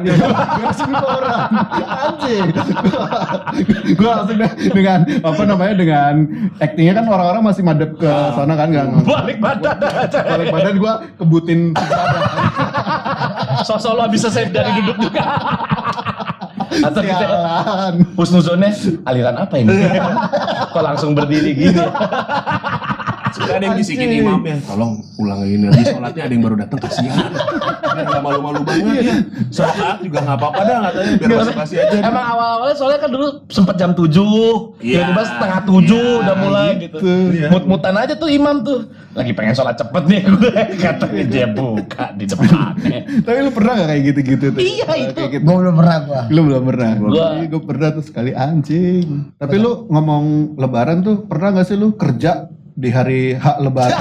Anjing. Gue langsung dengan actingnya kan orang-orang masih madep ke sana kan, nggak Balik badan gue kebutin. Sosok lo bisa save dari duduk juga. Atau kita Sialan. husnuzonnya aliran apa ini? Kok langsung berdiri gini? Sudah ada yang bisikin imamnya, tolong ulang ini lagi sholatnya, ada yang baru datang, kasihan. Nggak malu-malu banget ya. Sholat juga nggak apa-apa dah katanya, biar basa-basi aja. Emang awal-awalnya soalnya kan dulu sempet jam 7, tiba-tiba setengah 7 udah mulai gitu. Mut-mutan aja tuh imam tuh. Lagi pengen sholat cepet nih gue, katanya dia buka di depannya. Tapi lu pernah gak kayak gitu-gitu tuh? Iya, itu. Kayak gitu. Gue belum pernah gua. Lu belum pernah? Gua- Gue pernah tuh sekali, anjing. Tapi lu ngomong lebaran tuh pernah gak sih lu kerja di hari hak lebaran?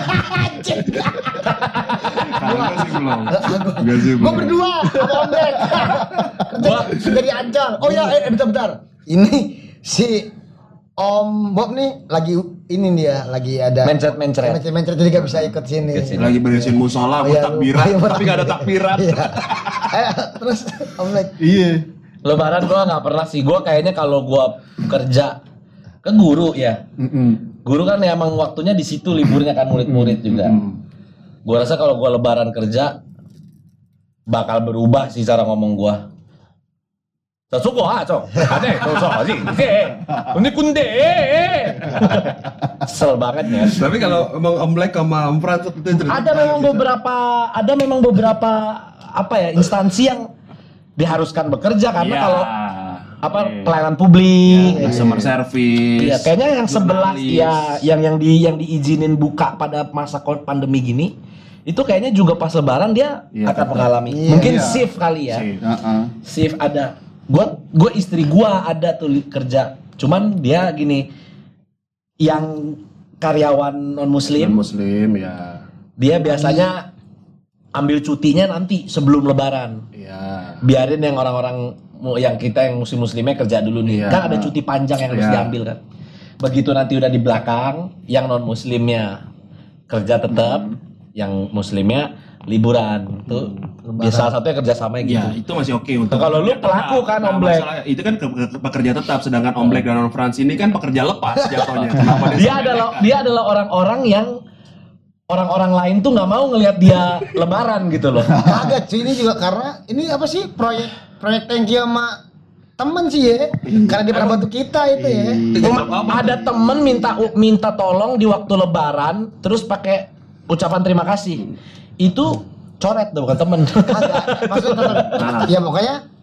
Kalau nggak sih belum. Nggak sih Gue belum. berdua sama Om Dek. Kerja dari Ancol. Oh ya, bentar. Ini si Om Bob nih lagi lagi ada Mencret. Mencret jadi gak bisa ikut sini. Lagi beresin musola buat takbiran, tapi nggak ada takbiran. Iya. Terus Om Dek, Iya. Lebaran gua nggak pernah sih. Gua kayaknya kalau gua kerja ke guru ya. Guru kan ya emang waktunya di situ liburnya kan, murid-murid juga. Gua rasa kalau gua lebaran kerja bakal berubah sih cara ngomong gua. Sasuko cok. Ade, sih. Ini kunde. Kesel banget ya. Tapi kalau emang Om Black sama Om Frans itu cerita. Ada memang beberapa apa ya, instansi yang diharuskan bekerja karena kalau pelayanan publik, Customer service. iya, kayaknya yang 11 jurnalis. ya yang diizinin buka pada masa pandemi gini, itu kayaknya juga pas lebaran dia Iya, akan tetap. mengalami. Iya. Mungkin Iya. shift kali ya. Shift. Shift ada. Gua istri gua ada tuh kerja. Cuman dia gini, yang karyawan non muslim, ya. dia biasanya ambil cutinya nanti sebelum lebaran. Iya. Biarin yang orang-orang yang kita yang muslimnya kerja dulu nih. Iya. Kan ada cuti panjang yang harus Iya. diambil kan. Begitu nanti udah di belakang, yang non muslimnya kerja tetap, yang muslimnya liburan. Tuh biasa satunya kerja sama gitu. Ya, itu masih oke untuk. Kalau lu pelaku kan, Om Black. masalah itu kan pekerja tetap, sedangkan Om Black dan Om Frans ini kan pekerja lepas jatuhnya. Kenapa Dia adalah orang-orang yang orang-orang lain tuh nggak mau ngelihat dia lebaran gitu loh. Kagak cuy, ini juga karena ini apa sih proyek thank you sama temen sih ya. Karena dia pernah bantu kita itu ya. Ada temen minta tolong di waktu lebaran terus pakai ucapan terima kasih. Itu coret tuh, bukan temen. Kagak. Maksudnya ya pokoknya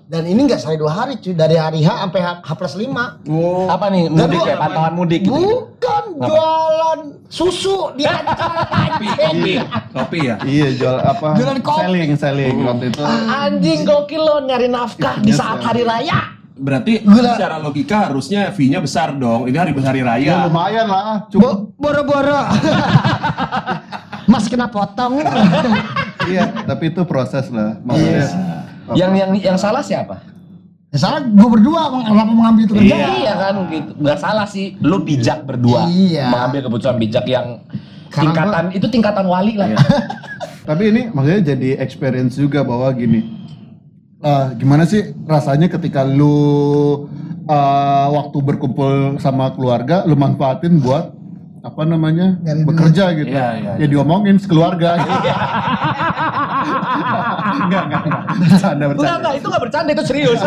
Dan ini nggak sekali 2 hari cuy, dari hari H sampai H+5. Oh. Apa nih Dan mudik gua- ya, pantauan mudik gitu. Bukan jualan susu di Kopi ya? Iya jual apa? Jualan kopi. Selling waktu itu. Anjing gokil lo nyari nafkah di saat hari raya. Berarti Gila. secara logika harusnya fee-nya besar dong. Ini hari raya. Ya lumayan lah, cukup. Boro-boro. Mas kena potong. Iya, tapi itu proses lah. Maksudnya. Yang salah siapa? Ya salah gue berdua ngapa mengambil itu kerja. Iya kan gitu. Nggak salah sih. Lu bijak berdua. Iya. Mengambil keputusan bijak yang Karena itu tingkatan wali lah. Tapi ini maksudnya jadi experience juga bahwa gini. Gimana sih rasanya ketika lu waktu berkumpul sama keluarga lu manfaatin buat apa namanya Nyari duit. bekerja gitu. Iya, Ya diomongin sekeluarga. Enggak. Bercanda. Enggak, itu nggak bercanda, itu serius.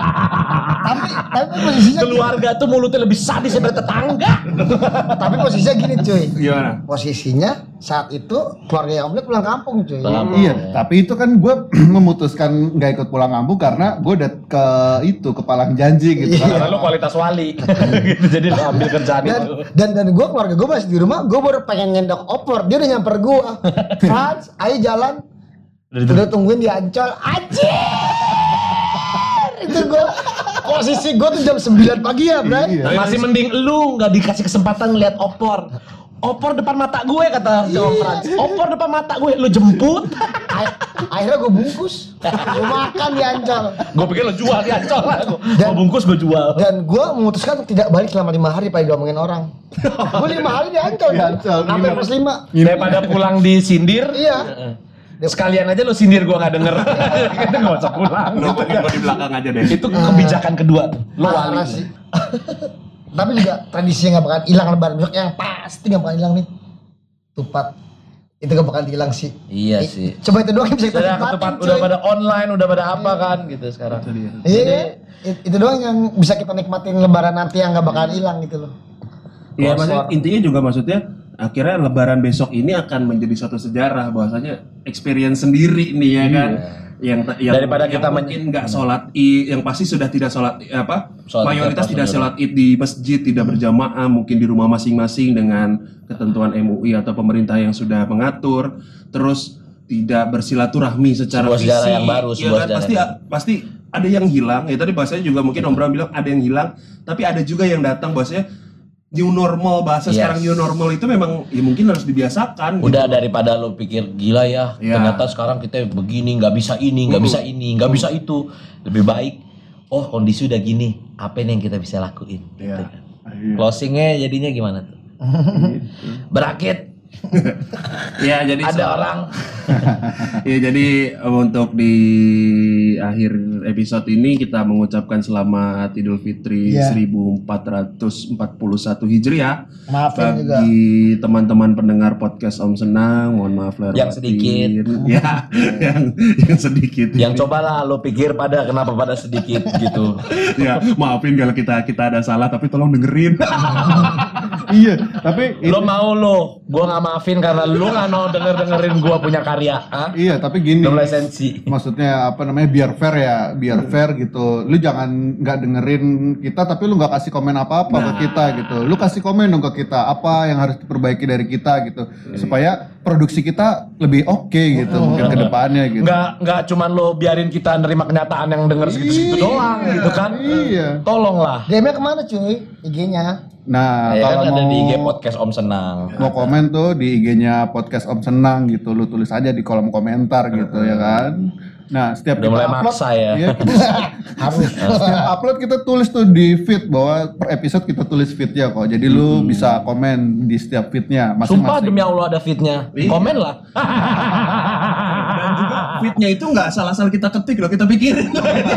Tapi posisinya Keluarga tuh mulutnya lebih sadis daripada tetangga. tapi posisinya gini cuy. Gimana? Posisinya saat itu keluarga yang pulang kampung cuy. Iya, tapi itu kan gue memutuskan nggak ikut pulang kampung karena gue udah ke Palang Janji gitu. Karena lu kualitas wali. gitu, jadi lu ambil kerjaan itu. Dan gue keluarga gue masih di rumah, gue baru pengen nyendok opor, dia udah nyamper gue. Frans, ayo jalan. Udah tungguin di Ancol, anjir. Itu gue posisi gue tuh jam 9 pagi ya, Bray. Iya. Masih mending lu nggak dikasih kesempatan ngeliat opor. Opor depan mata gue kata si Om Frans. Opor depan mata gue, lu jemput. Akhirnya gue bungkus, gue makan di Ancol. Gue pikir lu jual di Ancol lah. Gue Dan- bungkus gue jual. Dan gue memutuskan untuk tidak balik selama 5 hari pada diomongin orang. Gue 5 hari di Ancol, Di Ancol, sampai nginep. +5. Daripada pulang disindir. Iya. Sekalian aja lu sindir gua nggak denger. Kita nggak usah pulang. Lu ngomongin gua di belakang aja deh. Itu kebijakan kedua tuh. Lu wali. Parah sih. Tapi juga tradisinya nggak bakal hilang lebaran besok, yang pasti nggak bakal hilang nih. Tupat itu nggak bakal hilang sih. Iya sih. Coba itu doang yang bisa kita Sudah nikmatin, ketupat cuy. udah pada online, udah pada apa kan gitu sekarang. Iya, itu doang yang bisa kita nikmatin lebaran nanti yang nggak bakal hilang gitu loh. Iya, maksudnya intinya juga maksudnya akhirnya lebaran besok ini akan menjadi suatu sejarah bahwasanya experience sendiri nih ya kan. Yang Daripada yang kita mungkin nggak sholat id, yang pasti sudah tidak sholat Sholat mayoritas id, tidak sholat id di masjid, tidak berjamaah, mungkin di rumah masing-masing dengan ketentuan MUI atau pemerintah yang sudah mengatur, terus tidak bersilaturahmi secara Sebuah fisik, sejarah yang baru, ya sebuah kan? sejarah Pasti yang pasti ada yang hilang. Ya tadi bahasanya juga mungkin Om Bram bilang ada yang hilang, tapi ada juga yang datang bahasanya new normal, bahasa Yes. sekarang new normal itu memang ya mungkin harus dibiasakan. Udah gitu. daripada lo pikir gila ya, Iya. ternyata sekarang kita begini, nggak bisa ini, nggak bisa ini, nggak bisa itu. Lebih baik, oh kondisi udah gini, apa yang kita bisa lakuin? Gitu. Iya. Closingnya jadinya gimana tuh? Berakit. Ya jadi Ada orang. Ya jadi untuk di akhir episode ini kita mengucapkan selamat Idul Fitri Iya. 1441 Hijriah. Maafin juga. Bagi teman-teman pendengar podcast Om Senang, mohon maaf lahir Yang batin. sedikit. Ya, yang sedikit. Yang cobalah lo pikir pada kenapa pada sedikit gitu. Ya, maafin kalau kita ada salah tapi tolong dengerin. Iya, tapi Lo mau lo, gua nggak maafin karena lo nggak mau dengerin gua punya karya. Hah? iya, tapi gini. Belum lisensi. Maksudnya apa namanya biar fair ya, biar fair gitu. Lu jangan nggak dengerin kita tapi lu nggak kasih komen apa-apa ke kita gitu. Lu kasih komen dong ke kita apa yang harus diperbaiki dari kita gitu, supaya produksi kita lebih oke gitu mungkin ke depannya gitu. Nggak cuman lo biarin kita nerima kenyataan yang denger segitu-segitu doang gitu kan. Iya. Tolonglah. DM-nya kemana cuy? IG-nya. Nah, Ya kalau kan ada mau di IG podcast Om Senang. mau komen tuh di IG-nya podcast Om Senang gitu, lu tulis aja di kolom komentar gitu ya kan. Nah, setiap Udah kita mulai upload, maksa ya. iya, Harus. setiap upload kita tulis tuh di feed bahwa per episode kita tulis feednya kok. Jadi lu bisa komen di setiap feednya Sumpah masing-masing. demi Allah ada fitnya. Iya. Komen lah. Dan juga fitnya itu nggak salah-salah kita ketik loh, kita pikirin.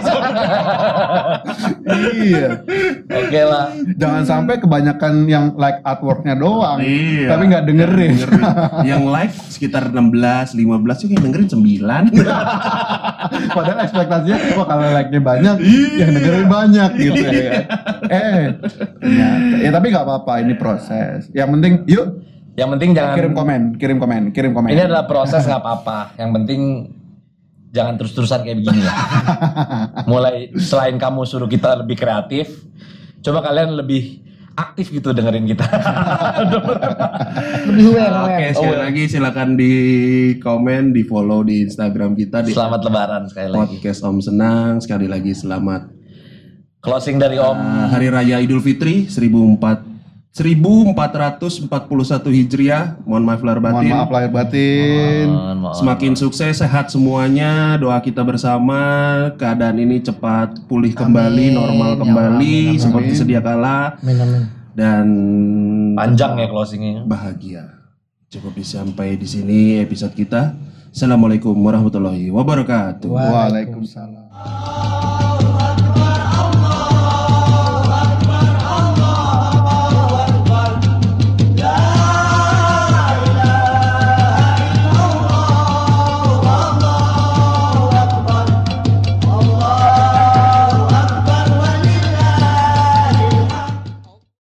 Iya. Oke lah. Jangan sampai kebanyakan yang like artworknya doang, Iya. tapi nggak dengerin. Yang like sekitar 16, 15 juga yang dengerin 9. Padahal ekspektasinya, wah kalau like-nya banyak, yang dengerin banyak gitu ya. Ternyata. Ya tapi nggak apa-apa, ini proses. Yang penting, yuk Yang penting jangan kirim komen. Ini adalah proses nggak apa-apa. Yang penting jangan terus-terusan kayak begini lah. Mulai selain kamu suruh kita lebih kreatif, coba kalian lebih aktif gitu dengerin kita. Lebih aware. Oke, sekali lagi silakan di komen, di follow di Instagram kita di Selamat Lebaran sekali lagi. Podcast Om Senang. Sekali lagi selamat Closing dari Om. Hari Raya Idul Fitri 1441 Hijriah. Mohon maaf lahir Mohon batin. maaf lahir batin. Mohon. Semakin sukses, sehat semuanya. Doa kita bersama keadaan ini cepat pulih kembali, normal kembali seperti sedia kala. Amin. Dan Panjang ya closingnya. bahagia. Cukup sampai di sini episode kita. Assalamualaikum warahmatullahi wabarakatuh. Waalaikumsalam.